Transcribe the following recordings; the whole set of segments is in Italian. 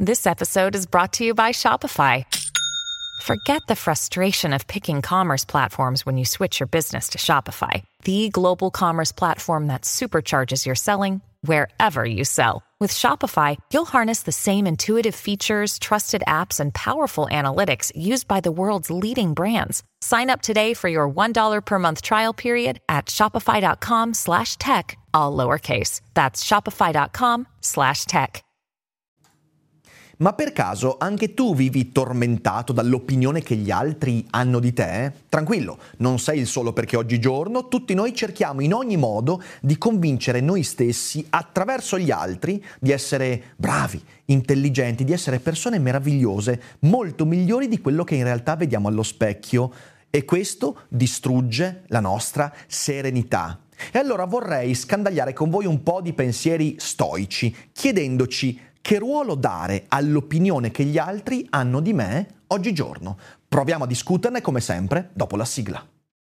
This episode is brought to you by Shopify. Forget the frustration of picking commerce platforms when you switch your business to Shopify, the global commerce platform that supercharges your selling wherever you sell. With Shopify, you'll harness the same intuitive features, trusted apps, and powerful analytics used by the world's leading brands. Sign up today for your $1 per month trial period at shopify.com/tech, all lowercase. That's shopify.com/tech. Ma per caso anche tu vivi tormentato dall'opinione che gli altri hanno di te? Tranquillo, non sei il solo, perché oggigiorno tutti noi cerchiamo in ogni modo di convincere noi stessi attraverso gli altri di essere bravi, intelligenti, di essere persone meravigliose, molto migliori di quello che in realtà vediamo allo specchio, e questo distrugge la nostra serenità. E allora vorrei scandagliare con voi un po' di pensieri stoici, chiedendoci: che ruolo dare all'opinione che gli altri hanno di me oggigiorno? Proviamo a discuterne come sempre dopo la sigla.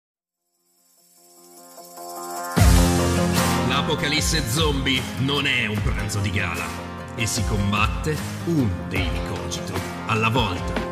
L'apocalisse zombie non è un pranzo di gala e si combatte un Daily Cogito alla volta.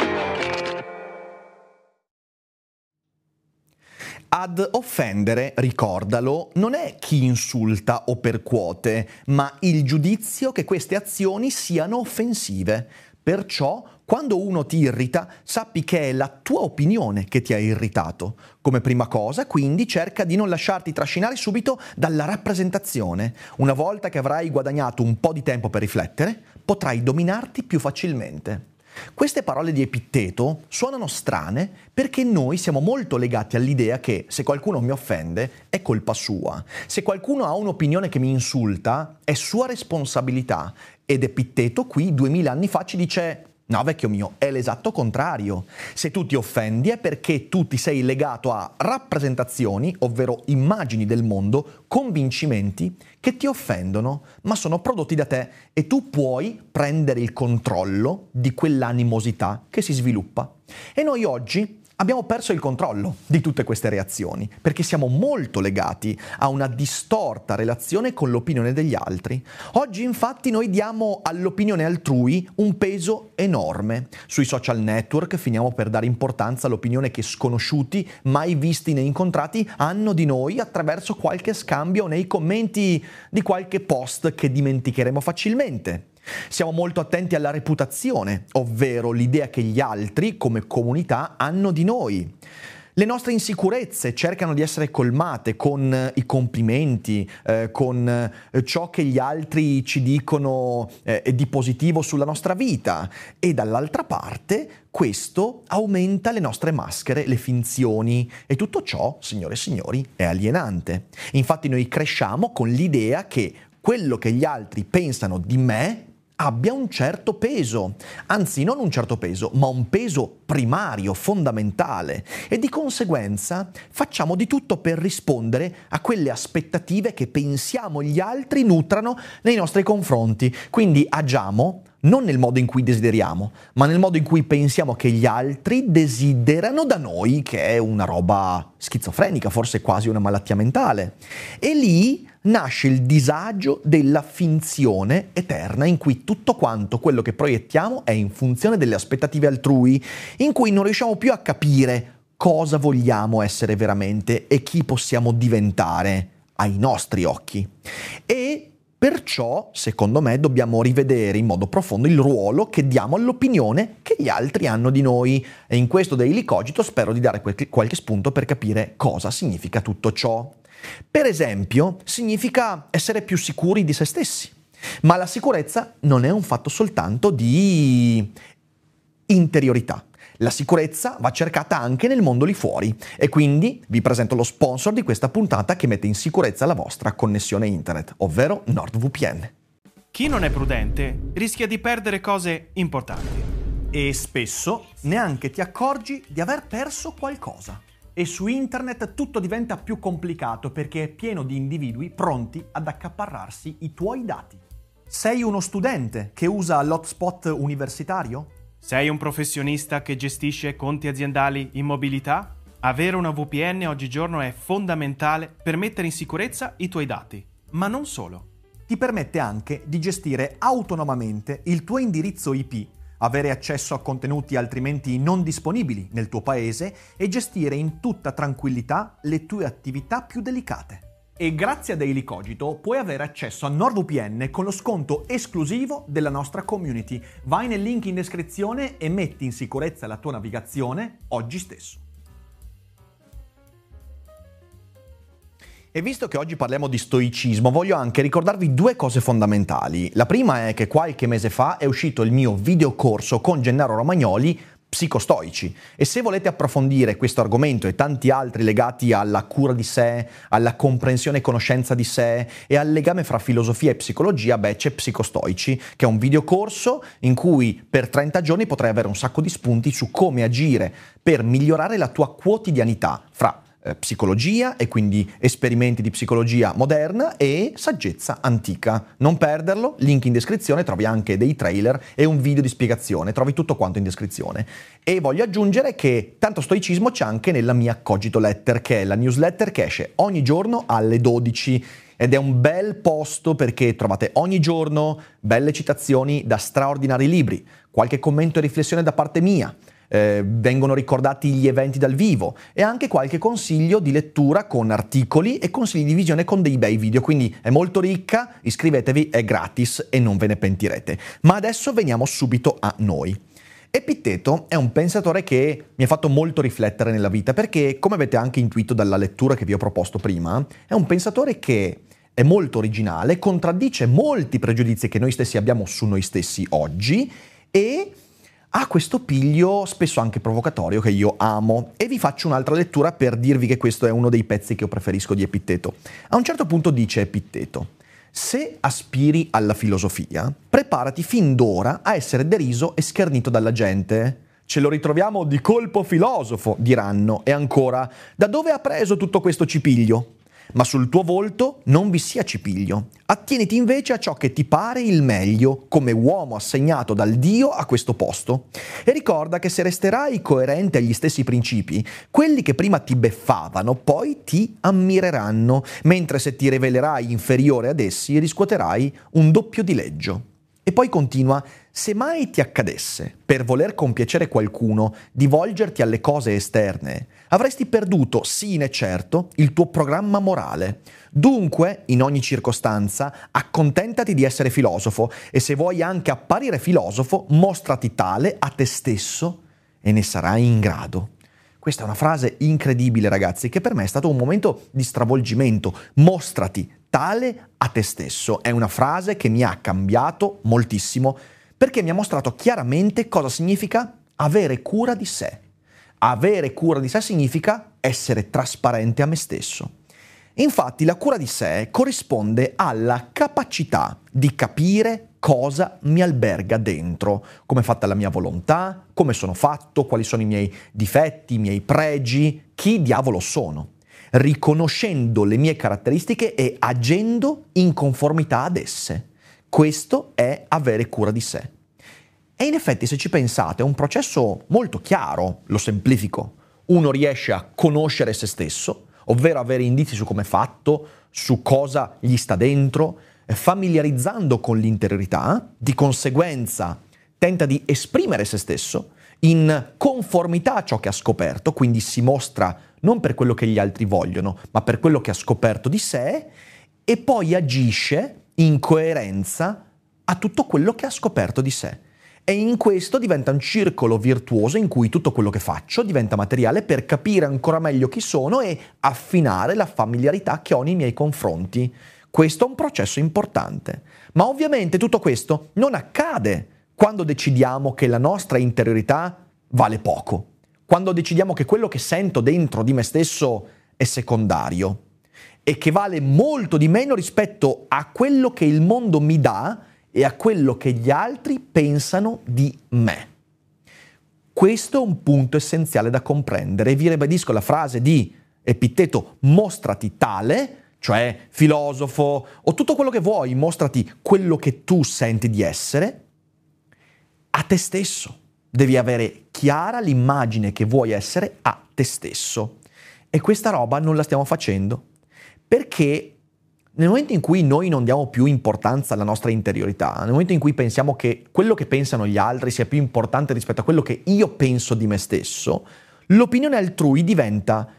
Ad offendere, ricordalo, non è chi insulta o percuote, ma il giudizio che queste azioni siano offensive. Perciò, quando uno ti irrita, sappi che è la tua opinione che ti ha irritato. Come prima cosa, quindi, cerca di non lasciarti trascinare subito dalla rappresentazione. Una volta che avrai guadagnato un po' di tempo per riflettere, potrai dominarti più facilmente. Queste parole di Epitteto suonano strane perché noi siamo molto legati all'idea che se qualcuno mi offende è colpa sua. Se qualcuno ha un'opinione che mi insulta è sua responsabilità. Ed Epitteto qui 2000 anni fa ci dice: no, vecchio mio, è l'esatto contrario. Se tu ti offendi è perché tu ti sei legato a rappresentazioni, ovvero immagini del mondo, convincimenti che ti offendono, ma sono prodotti da te, e tu puoi prendere il controllo di quell'animosità che si sviluppa. E noi oggi abbiamo perso il controllo di tutte queste reazioni, perché siamo molto legati a una distorta relazione con l'opinione degli altri. Oggi infatti noi diamo all'opinione altrui un peso enorme. Sui social network finiamo per dare importanza all'opinione che sconosciuti, mai visti né incontrati, hanno di noi attraverso qualche scambio nei commenti di qualche post che dimenticheremo facilmente. Siamo molto attenti alla reputazione, ovvero l'idea che gli altri, come comunità, hanno di noi. Le nostre insicurezze cercano di essere colmate con i complimenti, con ciò che gli altri ci dicono di positivo sulla nostra vita, e dall'altra parte questo aumenta le nostre maschere, le finzioni, e tutto ciò, signore e signori, è alienante. Infatti noi cresciamo con l'idea che quello che gli altri pensano di me abbia un certo peso, anzi non un certo peso, ma un peso primario, fondamentale, e di conseguenza facciamo di tutto per rispondere a quelle aspettative che pensiamo gli altri nutrano nei nostri confronti. Quindi agiamo non nel modo in cui desideriamo, ma nel modo in cui pensiamo che gli altri desiderano da noi, che è una roba schizofrenica, forse quasi una malattia mentale. E lì nasce il disagio della finzione eterna, in cui tutto quanto quello che proiettiamo è in funzione delle aspettative altrui, in cui non riusciamo più a capire cosa vogliamo essere veramente e chi possiamo diventare ai nostri occhi. E perciò, secondo me, dobbiamo rivedere in modo profondo il ruolo che diamo all'opinione che gli altri hanno di noi. E in questo Daily Cogito spero di dare qualche spunto per capire cosa significa tutto ciò. Per esempio, significa essere più sicuri di se stessi. Ma la sicurezza non è un fatto soltanto di interiorità. La sicurezza va cercata anche nel mondo lì fuori, e quindi vi presento lo sponsor di questa puntata che mette in sicurezza la vostra connessione internet, ovvero NordVPN. Chi non è prudente rischia di perdere cose importanti. E spesso neanche ti accorgi di aver perso qualcosa. E su internet tutto diventa più complicato perché è pieno di individui pronti ad accaparrarsi i tuoi dati. Sei uno studente che usa l'hotspot universitario? Sei un professionista che gestisce conti aziendali in mobilità? Avere una VPN oggigiorno è fondamentale per mettere in sicurezza i tuoi dati. Ma non solo. ti permette anche di gestire autonomamente il tuo indirizzo IP, avere accesso a contenuti altrimenti non disponibili nel tuo paese e gestire in tutta tranquillità le tue attività più delicate. E grazie a Daily Cogito puoi avere accesso a NordVPN con lo sconto esclusivo della nostra community. Vai nel link in descrizione e metti in sicurezza la tua navigazione oggi stesso. E visto che oggi parliamo di stoicismo, voglio anche ricordarvi due cose fondamentali. La prima è che qualche mese fa è uscito il mio videocorso con Gennaro Romagnoli, Psicostoici, e se volete approfondire questo argomento e tanti altri legati alla cura di sé, alla comprensione e conoscenza di sé e al legame fra filosofia e psicologia, c'è Psicostoici, che è un videocorso in cui per 30 giorni potrai avere un sacco di spunti su come agire per migliorare la tua quotidianità fra psicologia e quindi esperimenti di psicologia moderna e saggezza antica. Non perderlo, link in descrizione, trovi anche dei trailer e un video di spiegazione, trovi tutto quanto in descrizione. E voglio aggiungere che tanto stoicismo c'è anche nella mia Cogito Letter, che è la newsletter che esce ogni giorno alle 12 ed è un bel posto perché trovate ogni giorno belle citazioni da straordinari libri, qualche commento e riflessione da parte mia, vengono ricordati gli eventi dal vivo e anche qualche consiglio di lettura con articoli e consigli di visione con dei bei video, quindi è molto ricca, iscrivetevi, è gratis e non ve ne pentirete. Ma adesso veniamo subito a noi. Epitteto è un pensatore che mi ha fatto molto riflettere nella vita perché, come avete anche intuito dalla lettura che vi ho proposto prima, è un pensatore che è molto originale, contraddice molti pregiudizi che noi stessi abbiamo su noi stessi oggi e ha questo piglio spesso anche provocatorio che io amo, e vi faccio un'altra lettura per dirvi che questo è uno dei pezzi che io preferisco di Epitteto. A un certo punto dice Epitteto: se aspiri alla filosofia, preparati fin d'ora a essere deriso e schernito dalla gente. Ce lo ritroviamo di colpo filosofo, diranno, e ancora, da dove ha preso tutto questo cipiglio? Ma sul tuo volto non vi sia cipiglio. Attieniti invece a ciò che ti pare il meglio, come uomo assegnato dal Dio a questo posto. E ricorda che se resterai coerente agli stessi principi, quelli che prima ti beffavano poi ti ammireranno, mentre se ti rivelerai inferiore ad essi riscuoterai un doppio dileggio. E poi continua: se mai ti accadesse, per voler compiacere qualcuno, di volgerti alle cose esterne, avresti perduto, sì ne certo, il tuo programma morale. Dunque, in ogni circostanza, accontentati di essere filosofo e se vuoi anche apparire filosofo, mostrati tale a te stesso e ne sarai in grado. Questa è una frase incredibile, ragazzi, che per me è stato un momento di stravolgimento. Mostrati tale a te stesso. È una frase che mi ha cambiato moltissimo perché mi ha mostrato chiaramente cosa significa avere cura di sé. Avere cura di sé significa essere trasparente a me stesso. Infatti la cura di sé corrisponde alla capacità di capire cosa mi alberga dentro, come è fatta la mia volontà, come sono fatto, quali sono i miei difetti, i miei pregi, chi diavolo sono, riconoscendo le mie caratteristiche e agendo in conformità ad esse. Questo è avere cura di sé. E in effetti, se ci pensate, è un processo molto chiaro, lo semplifico. Uno riesce a conoscere se stesso, ovvero avere indizi su come è fatto, su cosa gli sta dentro, familiarizzando con l'interiorità, di conseguenza tenta di esprimere se stesso in conformità a ciò che ha scoperto, quindi si mostra non per quello che gli altri vogliono, ma per quello che ha scoperto di sé, e poi agisce in coerenza a tutto quello che ha scoperto di sé. E in questo diventa un circolo virtuoso in cui tutto quello che faccio diventa materiale per capire ancora meglio chi sono e affinare la familiarità che ho nei miei confronti. Questo è un processo importante. Ma ovviamente tutto questo non accade quando decidiamo che la nostra interiorità vale poco, quando decidiamo che quello che sento dentro di me stesso è secondario e che vale molto di meno rispetto a quello che il mondo mi dà e a quello che gli altri pensano di me. Questo è un punto essenziale da comprendere e vi ribadisco la frase di Epitteto: mostrati tale, cioè filosofo o tutto quello che vuoi, mostrati quello che tu senti di essere a te stesso. Devi avere chiara l'immagine che vuoi essere a te stesso. E questa roba non la stiamo facendo perché Nel momento in cui noi non diamo più importanza alla nostra interiorità, nel momento in cui pensiamo che quello che pensano gli altri sia più importante rispetto a quello che io penso di me stesso, l'opinione altrui diventa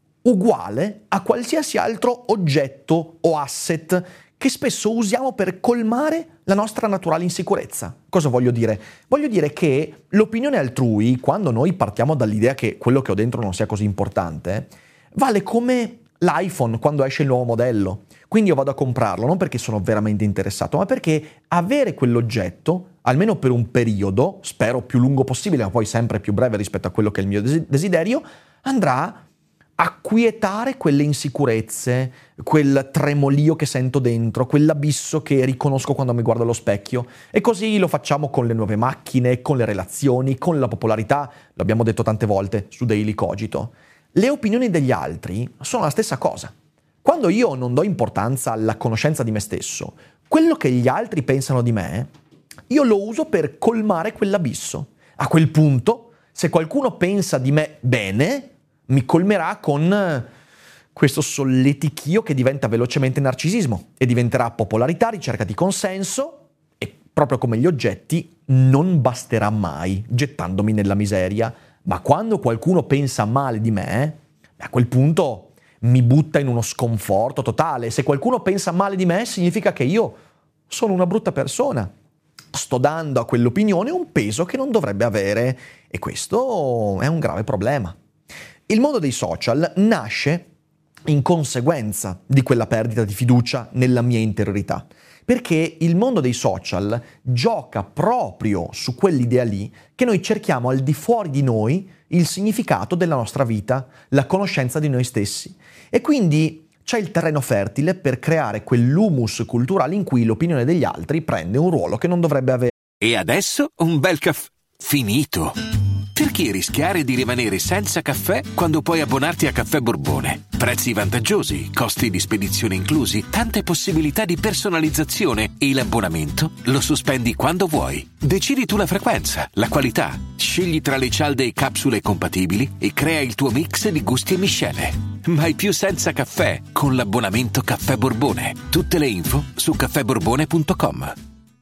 uguale a qualsiasi altro oggetto o asset che spesso usiamo per colmare la nostra naturale insicurezza. Cosa voglio dire? Voglio dire che l'opinione altrui, quando noi partiamo dall'idea che quello che ho dentro non sia così importante, vale come l'iPhone quando esce il nuovo modello. Quindi io vado a comprarlo non perché sono veramente interessato, ma perché avere quell'oggetto, almeno per un periodo, spero più lungo possibile, ma poi sempre più breve rispetto a quello che è il mio desiderio, andrà a quietare quelle insicurezze, quel tremolio che sento dentro, quell'abisso che riconosco quando mi guardo allo specchio. E così lo facciamo con le nuove macchine, con le relazioni, con la popolarità, l'abbiamo detto tante volte su Daily Cogito. Le opinioni degli altri sono la stessa cosa. Quando io non do importanza alla conoscenza di me stesso, quello che gli altri pensano di me, io lo uso per colmare quell'abisso. A quel punto, se qualcuno pensa di me bene, mi colmerà con questo solletichio che diventa velocemente narcisismo e diventerà popolarità, ricerca di consenso e, proprio come gli oggetti, non basterà mai gettandomi nella miseria. Ma quando qualcuno pensa male di me, a quel punto mi butta in uno sconforto totale. Se qualcuno pensa male di me, significa che io sono una brutta persona. Sto dando a quell'opinione un peso che non dovrebbe avere e questo è un grave problema. Il mondo dei social nasce in conseguenza di quella perdita di fiducia nella mia interiorità, perché il mondo dei social gioca proprio su quell'idea lì che noi cerchiamo al di fuori di noi il significato della nostra vita, la conoscenza di noi stessi. E quindi c'è il terreno fertile per creare quell'humus culturale in cui l'opinione degli altri prende un ruolo che non dovrebbe avere. E adesso un bel caffè finito. Perché rischiare di rimanere senza caffè quando puoi abbonarti a Caffè Borbone? Prezzi vantaggiosi, costi di spedizione inclusi, tante possibilità di personalizzazione e l'abbonamento lo sospendi quando vuoi. Decidi tu la frequenza, la qualità, scegli tra le cialde e capsule compatibili e crea il tuo mix di gusti e miscele. Mai più senza caffè con l'abbonamento Caffè Borbone. Tutte le info su caffèborbone.com.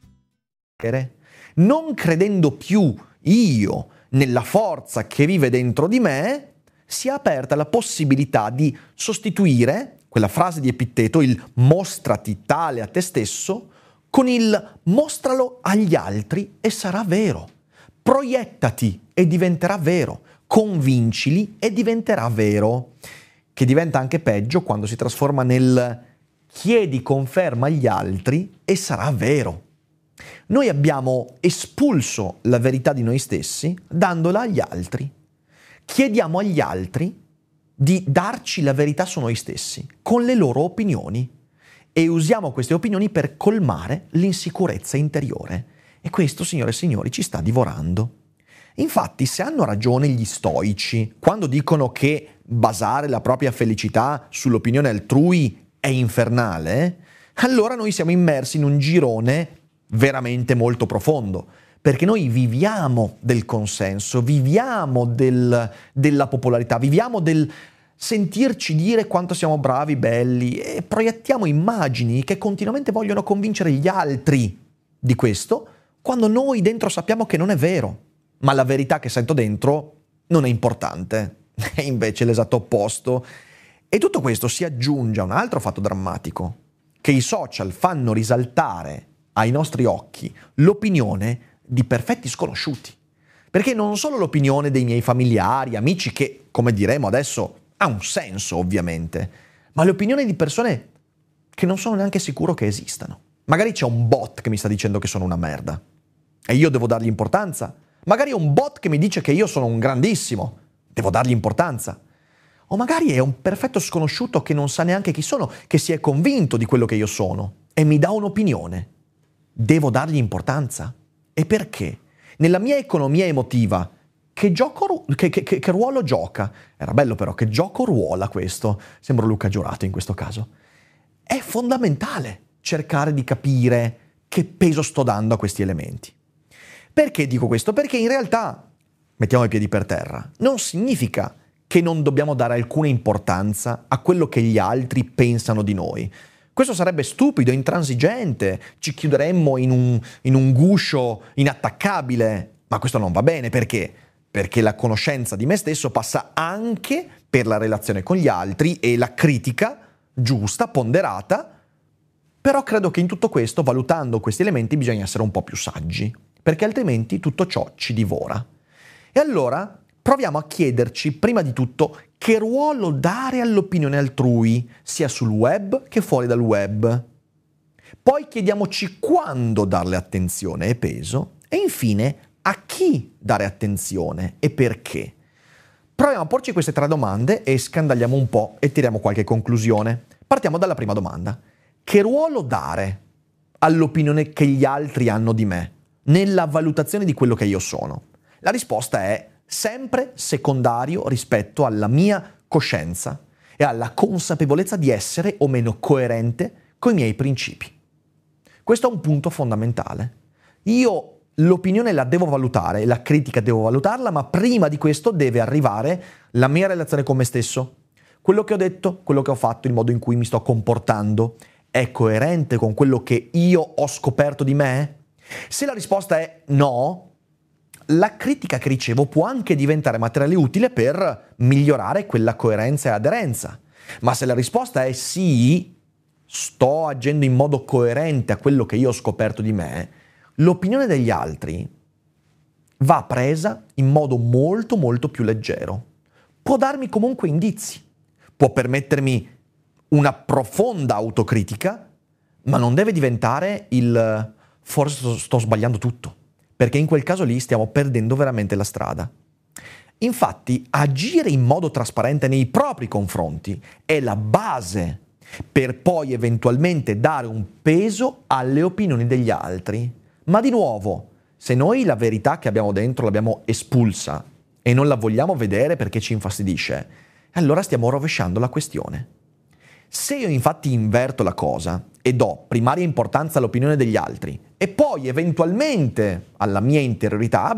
Non credendo più io nella forza che vive dentro di me, si è aperta la possibilità di sostituire quella frase di Epitteto, il mostrati tale a te stesso, con il mostralo agli altri e sarà vero. Proiettati e diventerà vero. Convincili e diventerà vero. Che diventa anche peggio quando si trasforma nel chiedi conferma agli altri e sarà vero. Noi abbiamo espulso la verità di noi stessi dandola agli altri. Chiediamo agli altri di darci la verità su noi stessi, con le loro opinioni, e usiamo queste opinioni per colmare l'insicurezza interiore. E questo, signore e signori, ci sta divorando. Infatti, se hanno ragione gli stoici quando dicono che basare la propria felicità sull'opinione altrui è infernale, allora noi siamo immersi in un girone veramente molto profondo, perché noi viviamo del consenso, viviamo della popolarità, viviamo del sentirci dire quanto siamo bravi, belli, e proiettiamo immagini che continuamente vogliono convincere gli altri di questo, quando noi dentro sappiamo che non è vero, ma la verità che sento dentro non è importante, è invece l'esatto opposto. E tutto questo si aggiunge a un altro fatto drammatico, che i social fanno risaltare ai nostri occhi l'opinione di perfetti sconosciuti. Perché non solo l'opinione dei miei familiari, amici, che, come diremo adesso, ha un senso ovviamente, ma l'opinione di persone che non sono neanche sicuro che esistano. Magari c'è un bot che mi sta dicendo che sono una merda e io devo dargli importanza. Magari è un bot che mi dice che io sono un grandissimo, devo dargli importanza. O magari è un perfetto sconosciuto che non sa neanche chi sono, che si è convinto di quello che io sono e mi dà un'opinione. Devo dargli importanza? E perché? Nella mia economia emotiva, che ruolo gioca? Era bello però, che gioco ruola questo? Sembro Luca Giurato in questo caso. È fondamentale cercare di capire che peso sto dando a questi elementi. Perché dico questo? Perché in realtà, mettiamo i piedi per terra, non significa che non dobbiamo dare alcuna importanza a quello che gli altri pensano di noi. Questo sarebbe stupido, intransigente, ci chiuderemmo in un guscio inattaccabile, ma questo non va bene, perché? Perché la conoscenza di me stesso passa anche per la relazione con gli altri e la critica giusta, ponderata, però credo che in tutto questo, valutando questi elementi, bisogna essere un po' più saggi, perché altrimenti tutto ciò ci divora. E allora proviamo a chiederci, prima di tutto, che ruolo dare all'opinione altrui, sia sul web che fuori dal web. Poi chiediamoci quando darle attenzione e peso, e infine a chi dare attenzione e perché. Proviamo a porci queste 3 domande e scandagliamo un po' e tiriamo qualche conclusione. Partiamo dalla prima domanda. Che ruolo dare all'opinione che gli altri hanno di me nella valutazione di quello che io sono? La risposta è sempre secondario rispetto alla mia coscienza e alla consapevolezza di essere o meno coerente con i miei principi. Questo è un punto fondamentale. Io l'opinione la devo valutare, la critica devo valutarla, ma prima di questo deve arrivare la mia relazione con me stesso. Quello che ho detto, quello che ho fatto, il modo in cui mi sto comportando, è coerente con quello che io ho scoperto di me? Se la risposta è no, la critica che ricevo può anche diventare materiale utile per migliorare quella coerenza e aderenza. Ma se la risposta è sì, sto agendo in modo coerente a quello che io ho scoperto di me, l'opinione degli altri va presa in modo molto molto più leggero. Può darmi comunque indizi, può permettermi una profonda autocritica, ma non deve diventare il forse sto sbagliando tutto, perché in quel caso lì stiamo perdendo veramente la strada. Infatti, agire in modo trasparente nei propri confronti è la base per poi eventualmente dare un peso alle opinioni degli altri. Ma di nuovo, se noi la verità che abbiamo dentro l'abbiamo espulsa e non la vogliamo vedere perché ci infastidisce, allora stiamo rovesciando la questione. Se io infatti inverto la cosa e do primaria importanza all'opinione degli altri e poi eventualmente alla mia interiorità,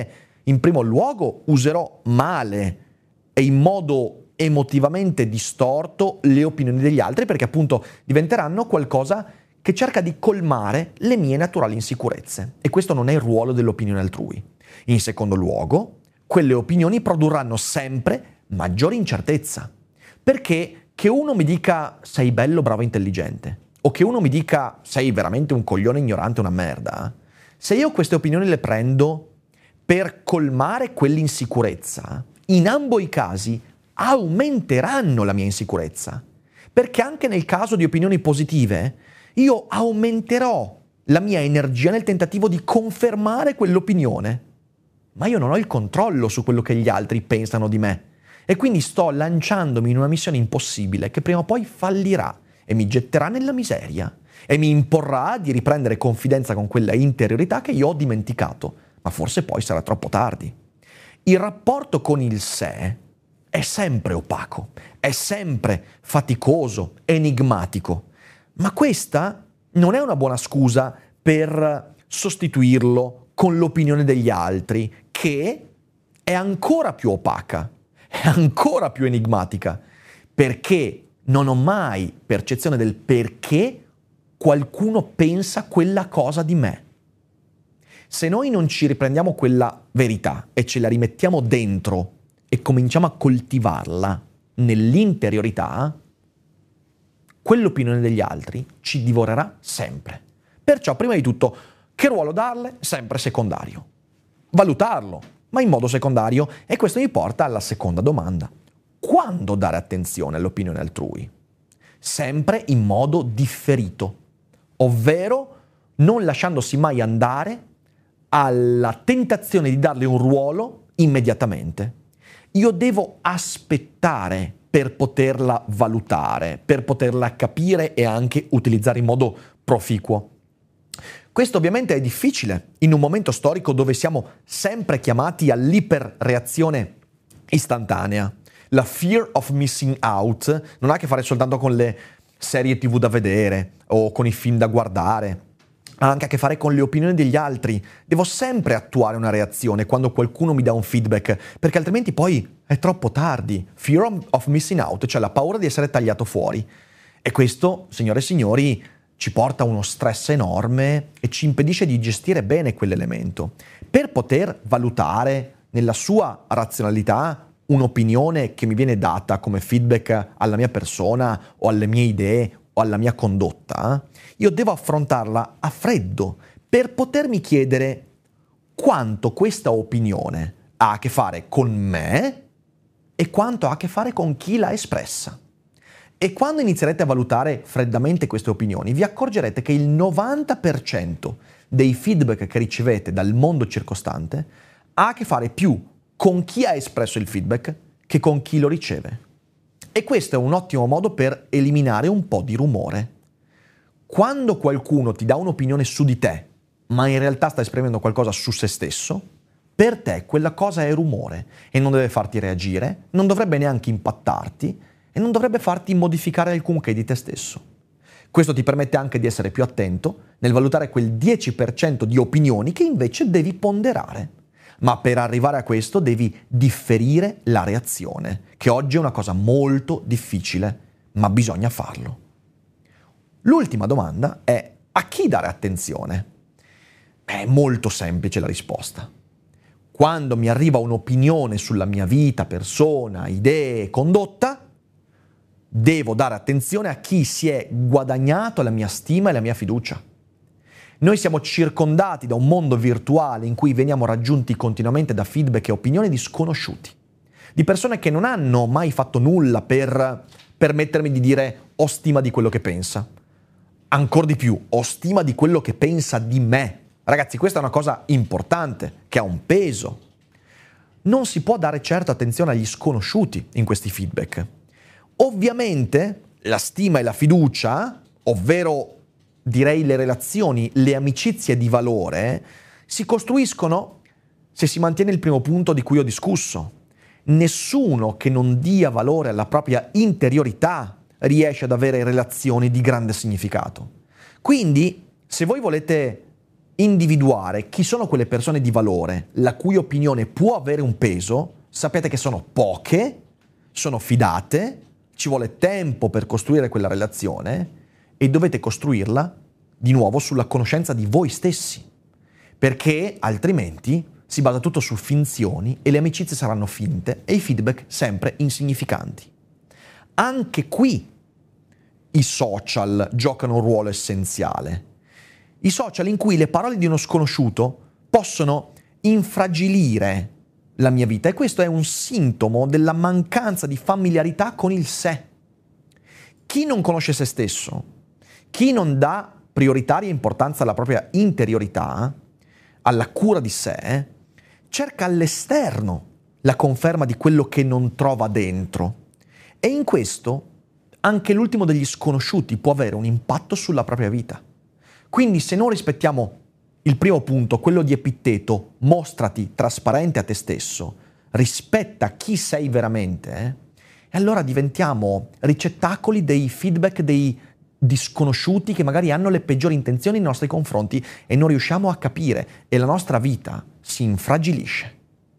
in primo luogo userò male e in modo emotivamente distorto le opinioni degli altri, perché appunto diventeranno qualcosa che cerca di colmare le mie naturali insicurezze, e questo non è il ruolo dell'opinione altrui. In secondo luogo, quelle opinioni produrranno sempre maggiore incertezza, perché che uno mi dica sei bello, bravo, intelligente, o che uno mi dica sei veramente un coglione ignorante, una merda, se io queste opinioni le prendo per colmare quell'insicurezza, in ambo i casi aumenteranno la mia insicurezza, perché anche nel caso di opinioni positive io aumenterò la mia energia nel tentativo di confermare quell'opinione, ma io non ho il controllo su quello che gli altri pensano di me. E quindi sto lanciandomi in una missione impossibile che prima o poi fallirà e mi getterà nella miseria e mi imporrà di riprendere confidenza con quella interiorità che io ho dimenticato, ma forse poi sarà troppo tardi. Il rapporto con il sé è sempre opaco, è sempre faticoso, enigmatico, ma questa non è una buona scusa per sostituirlo con l'opinione degli altri, che è ancora più opaca, è ancora più enigmatica, perché non ho mai percezione del perché qualcuno pensa quella cosa di me. Se noi non ci riprendiamo quella verità e ce la rimettiamo dentro e cominciamo a coltivarla nell'interiorità, quell'opinione degli altri ci divorerà sempre. Perciò, prima di tutto, che ruolo darle? Sempre secondario. Valutarlo, ma in modo secondario, e questo mi porta alla seconda domanda. Quando dare attenzione all'opinione altrui? Sempre in modo differito, ovvero non lasciandosi mai andare alla tentazione di darle un ruolo immediatamente. Io devo aspettare per poterla valutare, per poterla capire e anche utilizzare in modo proficuo. Questo ovviamente è difficile in un momento storico dove siamo sempre chiamati all'iperreazione istantanea. La fear of missing out non ha a che fare soltanto con le serie TV da vedere o con i film da guardare, ha anche a che fare con le opinioni degli altri. Devo sempre attuare una reazione quando qualcuno mi dà un feedback, perché altrimenti poi è troppo tardi. Fear of missing out, cioè la paura di essere tagliato fuori. E questo, signore e signori, ci porta a uno stress enorme e ci impedisce di gestire bene quell'elemento. Per poter valutare nella sua razionalità un'opinione che mi viene data come feedback alla mia persona o alle mie idee o alla mia condotta, io devo affrontarla a freddo per potermi chiedere quanto questa opinione ha a che fare con me e quanto ha a che fare con chi l'ha espressa. E quando inizierete a valutare freddamente queste opinioni, vi accorgerete che il 90% dei feedback che ricevete dal mondo circostante ha a che fare più con chi ha espresso il feedback che con chi lo riceve. E questo è un ottimo modo per eliminare un po' di rumore. Quando qualcuno ti dà un'opinione su di te, ma in realtà sta esprimendo qualcosa su se stesso, per te quella cosa è rumore e non deve farti reagire, non dovrebbe neanche impattarti e non dovrebbe farti modificare alcunché di te stesso. Questo ti permette anche di essere più attento nel valutare quel 10% di opinioni che invece devi ponderare. Ma per arrivare a questo devi differire la reazione, che oggi è una cosa molto difficile, ma bisogna farlo. L'ultima domanda è: a chi dare attenzione? È molto semplice la risposta. Quando mi arriva un'opinione sulla mia vita, persona, idee, condotta, devo dare attenzione a chi si è guadagnato la mia stima e la mia fiducia. Noi siamo circondati da un mondo virtuale in cui veniamo raggiunti continuamente da feedback e opinioni di sconosciuti, di persone che non hanno mai fatto nulla per permettermi di dire ho stima di quello che pensa. Ancora di più, ho stima di quello che pensa di me. Ragazzi, questa è una cosa importante, che ha un peso. Non si può dare certo attenzione agli sconosciuti in questi feedback. Ovviamente la stima e la fiducia, ovvero direi le relazioni, le amicizie di valore, si costruiscono se si mantiene il primo punto di cui ho discusso. Nessuno che non dia valore alla propria interiorità riesce ad avere relazioni di grande significato. Quindi, se voi volete individuare chi sono quelle persone di valore la cui opinione può avere un peso, sapete che sono poche, sono fidate, ci vuole tempo per costruire quella relazione e dovete costruirla di nuovo sulla conoscenza di voi stessi, perché altrimenti si basa tutto su finzioni e le amicizie saranno finte e i feedback sempre insignificanti. Anche qui i social giocano un ruolo essenziale. I social in cui le parole di uno sconosciuto possono infragilire la mia vita e questo è un sintomo della mancanza di familiarità con il sé. Chi non conosce se stesso, chi non dà prioritaria importanza alla propria interiorità, alla cura di sé, cerca all'esterno la conferma di quello che non trova dentro. E in questo anche l'ultimo degli sconosciuti può avere un impatto sulla propria vita. Quindi se non rispettiamo il primo punto, quello di Epitteto, mostrati trasparente a te stesso, rispetta chi sei veramente, e allora diventiamo ricettacoli dei feedback di sconosciuti che magari hanno le peggiori intenzioni nei nostri confronti e non riusciamo a capire e la nostra vita si infragilisce.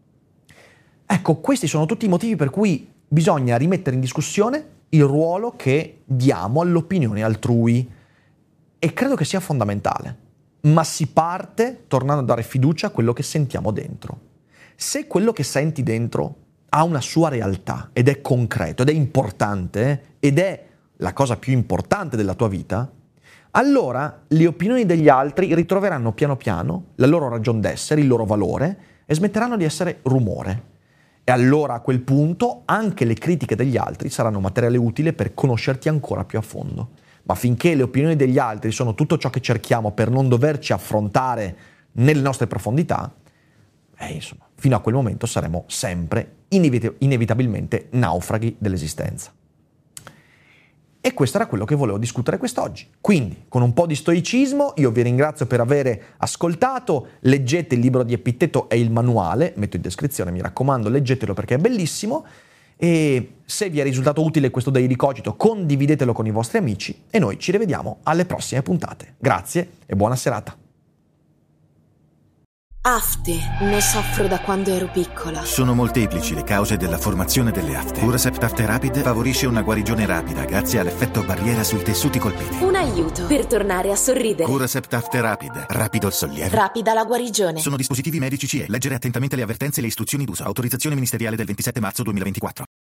Ecco, questi sono tutti i motivi per cui bisogna rimettere in discussione il ruolo che diamo all'opinione altrui e credo che sia fondamentale, ma si parte tornando a dare fiducia a quello che sentiamo dentro. Se quello che senti dentro ha una sua realtà ed è concreto ed è importante ed è la cosa più importante della tua vita, allora le opinioni degli altri ritroveranno piano piano la loro ragion d'essere, il loro valore e smetteranno di essere rumore. E allora a quel punto anche le critiche degli altri saranno materiale utile per conoscerti ancora più a fondo. Ma finché le opinioni degli altri sono tutto ciò che cerchiamo per non doverci affrontare nelle nostre profondità, insomma, fino a quel momento saremo sempre inevitabilmente naufraghi dell'esistenza. E questo era quello che volevo discutere quest'oggi. Quindi, con un po' di stoicismo, io vi ringrazio per aver ascoltato. Leggete il libro di Epitteto e il manuale, metto in descrizione, mi raccomando, leggetelo perché è bellissimo. E se vi è risultato utile questo Daily Cogito, condividetelo con i vostri amici e noi ci rivediamo alle prossime puntate. Grazie e buona serata. Afte. Ne soffro da quando ero piccola. Sono molteplici le cause della formazione delle afte. Curacept Afte Rapid favorisce una guarigione rapida grazie all'effetto barriera sui tessuti colpiti. Un aiuto per tornare a sorridere. Curacept Afte Rapid. Rapido il sollievo. Rapida la guarigione. Sono dispositivi medici CE. Leggere attentamente le avvertenze e le istruzioni d'uso. Autorizzazione ministeriale del 27 marzo 2024.